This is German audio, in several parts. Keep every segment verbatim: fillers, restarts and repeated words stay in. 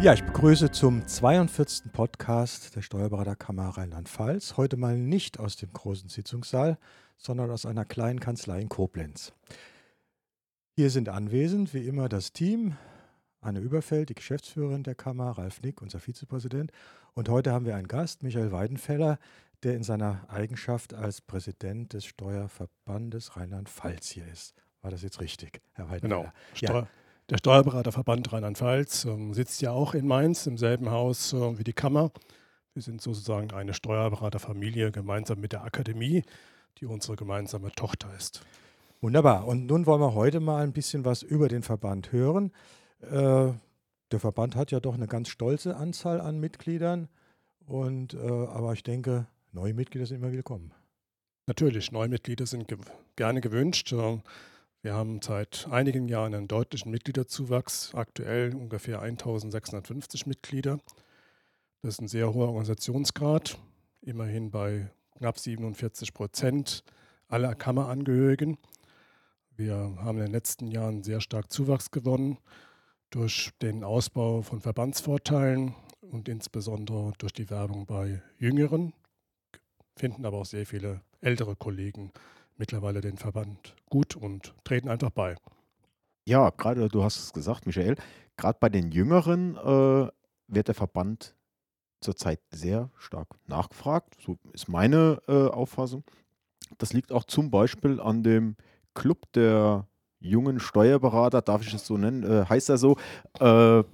Ja, ich begrüße zum zweiundvierzigsten Podcast der Steuerberaterkammer Rheinland-Pfalz. Heute mal nicht aus dem großen Sitzungssaal, sondern aus einer kleinen Kanzlei in Koblenz. Hier sind anwesend, wie immer, das Team. Anne Überfeld, die Geschäftsführerin der Kammer, Ralf Nick, unser Vizepräsident. Und heute haben wir einen Gast, Michael Weidenfeller, der in seiner Eigenschaft als Präsident des Steuerverbandes Rheinland-Pfalz hier ist. War das jetzt richtig, Herr Genau. Weidenfeller? Steu Ja. Der Steuerberaterverband Rheinland-Pfalz ähm, sitzt ja auch in Mainz im selben Haus äh, wie die Kammer. Wir sind sozusagen eine Steuerberaterfamilie gemeinsam mit der Akademie, die unsere gemeinsame Tochter ist. Wunderbar. Und nun wollen wir heute mal ein bisschen was über den Verband hören. Äh, der Verband hat ja doch eine ganz stolze Anzahl an Mitgliedern. Und, äh, aber ich denke, neue Mitglieder sind immer willkommen. Natürlich, neue Mitglieder sind ge gerne gewünscht. Äh, Wir haben seit einigen Jahren einen deutlichen Mitgliederzuwachs, aktuell ungefähr eintausendsechshundertfünfzig Mitglieder. Das ist ein sehr hoher Organisationsgrad, immerhin bei knapp siebenundvierzig Prozent aller Kammerangehörigen. Wir haben in den letzten Jahren sehr stark Zuwachs gewonnen durch den Ausbau von Verbandsvorteilen und insbesondere durch die Werbung bei Jüngeren, finden aber auch sehr viele ältere Kollegen mittlerweile den Verband gut und treten einfach bei. Ja, gerade du hast es gesagt, Michael, gerade bei den Jüngeren äh, wird der Verband zurzeit sehr stark nachgefragt. So ist meine äh, Auffassung. Das liegt auch zum Beispiel an dem Club der jungen Steuerberater, darf ich es so nennen, äh, heißt er so. Äh,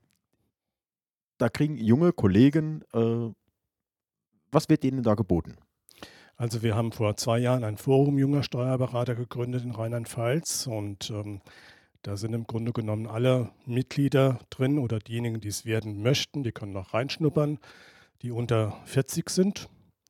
da kriegen junge Kollegen, äh, was wird ihnen da geboten? Also wir haben vor zwei Jahren ein Forum junger Steuerberater gegründet in Rheinland-Pfalz und ähm, da sind im Grunde genommen alle Mitglieder drin oder diejenigen, die es werden möchten, die können noch reinschnuppern, die unter vierzig sind.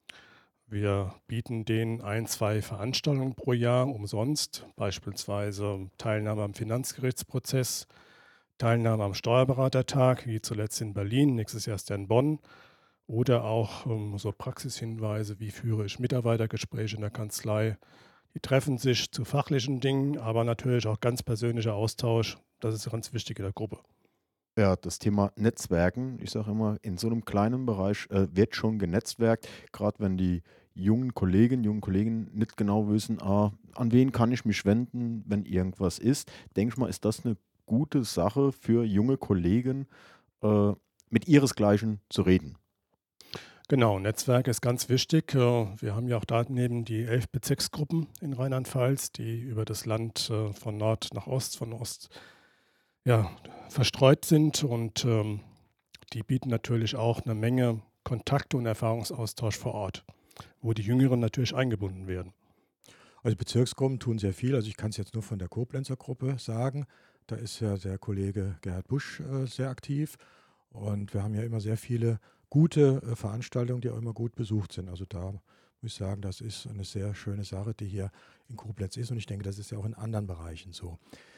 Wir bieten denen ein, zwei Veranstaltungen pro Jahr umsonst, beispielsweise Teilnahme am Finanzgerichtsprozess, Teilnahme am Steuerberatertag, wie zuletzt in Berlin, nächstes Jahr ist er in Bonn, oder auch ähm, so Praxishinweise, wie führe ich Mitarbeitergespräche in der Kanzlei. Die treffen sich zu fachlichen Dingen, aber natürlich auch ganz persönlicher Austausch. Das ist ganz wichtig in der Gruppe. Ja, das Thema Netzwerken, ich sage immer, in so einem kleinen Bereich äh, wird schon genetzwerkt, gerade wenn die jungen Kolleginnen, jungen Kollegen nicht genau wissen, ah, an wen kann ich mich wenden, wenn irgendwas ist. Denke ich mal, ist das eine gute Sache für junge Kollegen, äh, mit ihresgleichen zu reden. Genau, Netzwerk ist ganz wichtig. Äh, Wir haben ja auch daneben die elf Bezirksgruppen in Rheinland-Pfalz, die über das Land äh, von Nord nach Ost, von Ost ja, verstreut sind und ähm, die bieten natürlich auch eine Menge Kontakte und Erfahrungsaustausch vor Ort, wo die Jüngeren natürlich eingebunden werden. Also Bezirksgruppen tun sehr viel. Also ich kann es jetzt nur von der Koblenzer Gruppe sagen. Da ist ja der Kollege Gerhard Busch äh, sehr aktiv. Und wir haben ja immer sehr viele gute äh, Veranstaltungen, die auch immer gut besucht sind. Also da muss ich sagen, das ist eine sehr schöne Sache, die hier in Koblenz ist. Und ich denke, das ist ja auch in anderen Bereichen so.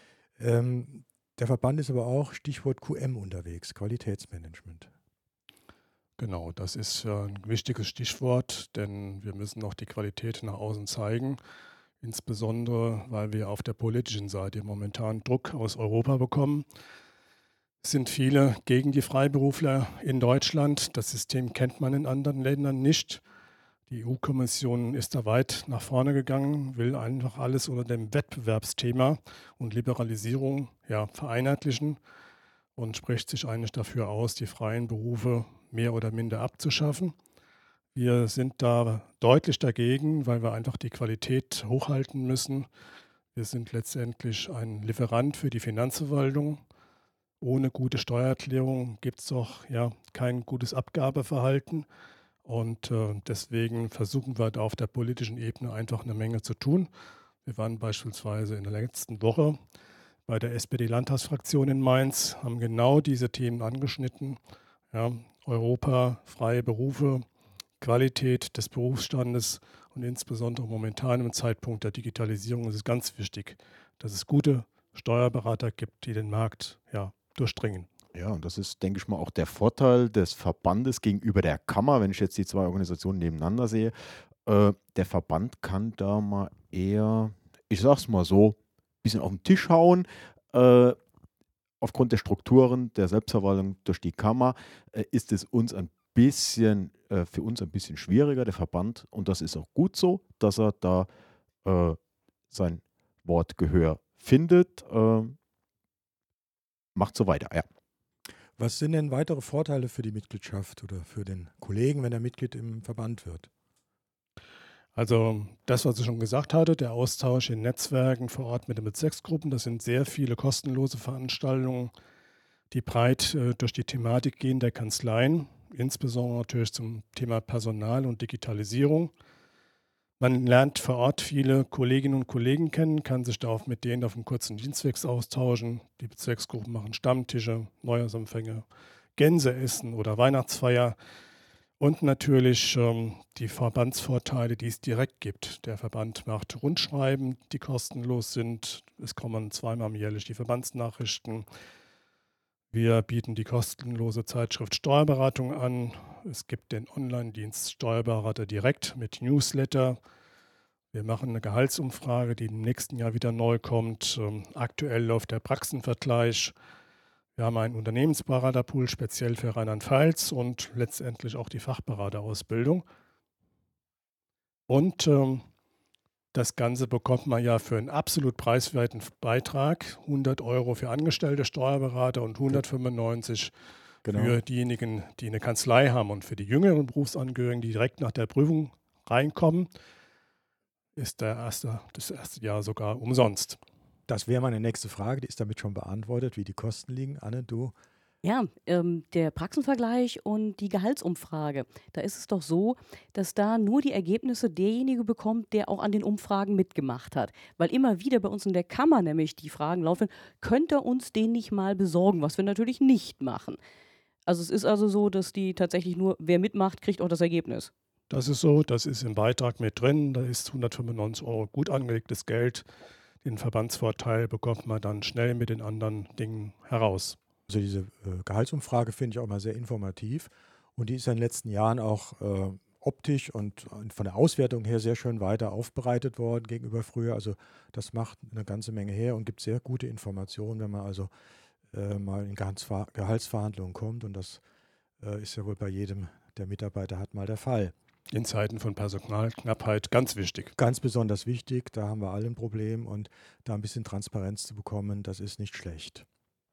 Ähm, der Verband ist aber auch, Stichwort Q M unterwegs, Qualitätsmanagement. Genau, das ist äh, ein wichtiges Stichwort, denn wir müssen auch die Qualität nach außen zeigen, insbesondere weil wir auf der politischen Seite momentan Druck aus Europa bekommen. Es sind viele gegen die Freiberufler in Deutschland. Das System kennt man in anderen Ländern nicht. Die E U-Kommission ist da weit nach vorne gegangen, will einfach alles unter dem Wettbewerbsthema und Liberalisierung ja, vereinheitlichen und spricht sich eigentlich dafür aus, die freien Berufe mehr oder minder abzuschaffen. Wir sind da deutlich dagegen, weil wir einfach die Qualität hochhalten müssen. Wir sind letztendlich ein Lieferant für die Finanzverwaltung. Ohne gute Steuererklärung gibt es doch ja, kein gutes Abgabeverhalten. Und äh, deswegen versuchen wir da auf der politischen Ebene einfach eine Menge zu tun. Wir waren beispielsweise in der letzten Woche bei der S P D-Landtagsfraktion in Mainz, haben genau diese Themen angeschnitten. Ja, Europa, freie Berufe, Qualität des Berufsstandes und insbesondere momentan im Zeitpunkt der Digitalisierung ist es ganz wichtig, dass es gute Steuerberater gibt, die den Markt ja, durchdringen. Ja, und das ist, denke ich mal, auch der Vorteil des Verbandes gegenüber der Kammer, wenn ich jetzt die zwei Organisationen nebeneinander sehe. Äh, der Verband kann da mal eher, ich sag's mal so, ein bisschen auf den Tisch hauen, äh, aufgrund der Strukturen der Selbstverwaltung durch die Kammer äh, ist es uns ein bisschen, äh, für uns ein bisschen schwieriger, der Verband, und das ist auch gut so, dass er da äh, sein Wort Gehör findet. Äh, macht so weiter, ja. Was sind denn weitere Vorteile für die Mitgliedschaft oder für den Kollegen, wenn er Mitglied im Verband wird? Also das, was ich schon gesagt hatte, der Austausch in Netzwerken vor Ort mit den Bezirksgruppen, das sind sehr viele kostenlose Veranstaltungen, die breit äh, durch die Thematik gehen der Kanzleien, insbesondere natürlich zum Thema Personal und Digitalisierung. Man lernt vor Ort viele Kolleginnen und Kollegen kennen, kann sich da auch mit denen auf einem kurzen Dienstweg austauschen. Die Bezirksgruppen machen Stammtische, Neujahrsempfänge, Gänseessen oder Weihnachtsfeier. Und natürlich ähm, die Verbandsvorteile, die es direkt gibt. Der Verband macht Rundschreiben, die kostenlos sind. Es kommen zweimal jährlich die Verbandsnachrichten. Wir bieten die kostenlose Zeitschrift Steuerberatung an. Es gibt den Online-Dienst Steuerberater direkt mit Newsletter. Wir machen eine Gehaltsumfrage, die im nächsten Jahr wieder neu kommt. Ähm, aktuell läuft der Praxenvergleich. Wir haben einen Unternehmensberaterpool speziell für Rheinland-Pfalz und letztendlich auch die Fachberaterausbildung. Und ähm, das Ganze bekommt man ja für einen absolut preiswerten Beitrag, hundert Euro für angestellte Steuerberater und hundertfünfundneunzig Genau. für diejenigen, die eine Kanzlei haben. Und für die jüngeren Berufsangehörigen, die direkt nach der Prüfung reinkommen, ist der erste, das erste Jahr sogar umsonst. Das wäre meine nächste Frage, die ist damit schon beantwortet, wie die Kosten liegen. Anne, du? Ja, ähm, der Praxenvergleich und die Gehaltsumfrage. Da ist es doch so, dass da nur die Ergebnisse derjenige bekommt, der auch an den Umfragen mitgemacht hat. Weil immer wieder bei uns in der Kammer nämlich die Fragen laufen, könnt ihr uns den nicht mal besorgen, was wir natürlich nicht machen. Also es ist also so, dass die tatsächlich nur, wer mitmacht, kriegt auch das Ergebnis. Das ist so, das ist im Beitrag mit drin, da ist hundertfünfundneunzig Euro gut angelegtes Geld. Den Verbandsvorteil bekommt man dann schnell mit den anderen Dingen heraus. Also diese äh, Gehaltsumfrage finde ich auch mal sehr informativ und die ist ja in den letzten Jahren auch äh, optisch und, und von der Auswertung her sehr schön weiter aufbereitet worden gegenüber früher. Also das macht eine ganze Menge her und gibt sehr gute Informationen, wenn man also äh, mal in Gehaltsver Gehaltsverhandlungen kommt, und das äh, ist ja wohl bei jedem, der Mitarbeiter hat, mal der Fall. In Zeiten von Personalknappheit ganz wichtig. Ganz besonders wichtig, da haben wir alle ein Problem, und da ein bisschen Transparenz zu bekommen, das ist nicht schlecht.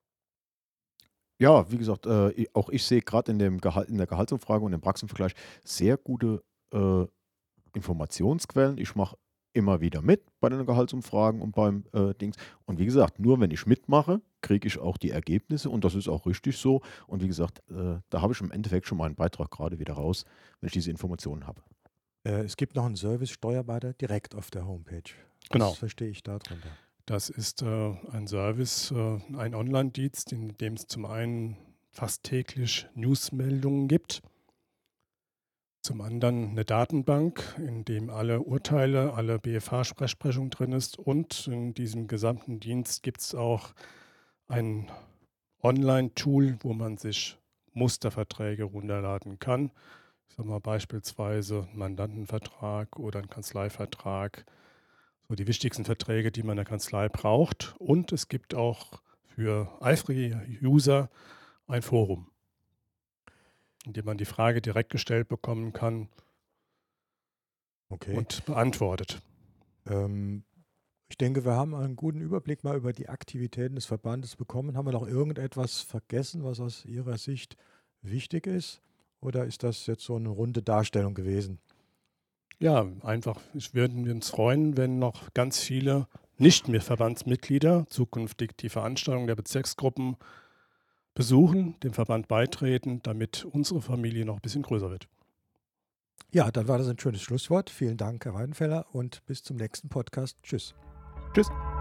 Ja, wie gesagt, äh, i- auch ich sehe gerade in, dem Gehalt, in der Gehaltsumfrage und im Praxenvergleich sehr gute äh, Informationsquellen. Ich mache immer wieder mit bei den Gehaltsumfragen und beim äh, Dings. Und wie gesagt, nur wenn ich mitmache, kriege ich auch die Ergebnisse, und das ist auch richtig so. Und wie gesagt, äh, da habe ich im Endeffekt schon meinen Beitrag gerade wieder raus, wenn ich diese Informationen habe. Äh, es gibt noch einen Service Steuerberater direkt auf der Homepage. Was Genau. verstehe ich darunter? Das ist äh, ein Service, äh, ein Online-Dienst, in dem es zum einen fast täglich Newsmeldungen gibt, zum anderen eine Datenbank, in dem alle Urteile, alle B F H-Rechtsprechung drin ist, und in diesem gesamten Dienst gibt es auch ein Online-Tool, wo man sich Musterverträge runterladen kann. Ich sage mal beispielsweise einen Mandantenvertrag oder einen Kanzleivertrag. So die wichtigsten Verträge, die man in der Kanzlei braucht. Und es gibt auch für eifrige User ein Forum, in dem man die Frage direkt gestellt bekommen kann Okay. und beantwortet. Ähm, ich denke, wir haben einen guten Überblick mal über die Aktivitäten des Verbandes bekommen. Haben wir noch irgendetwas vergessen, was aus Ihrer Sicht wichtig ist? Oder ist das jetzt so eine runde Darstellung gewesen? Ja, einfach, ich würden wir uns freuen, wenn noch ganz viele nicht mehr Verbandsmitglieder zukünftig die Veranstaltungen der Bezirksgruppen besuchen, dem Verband beitreten, damit unsere Familie noch ein bisschen größer wird. Ja, dann war das ein schönes Schlusswort. Vielen Dank, Herr Weidenfeller, und bis zum nächsten Podcast. Tschüss. Tschüss.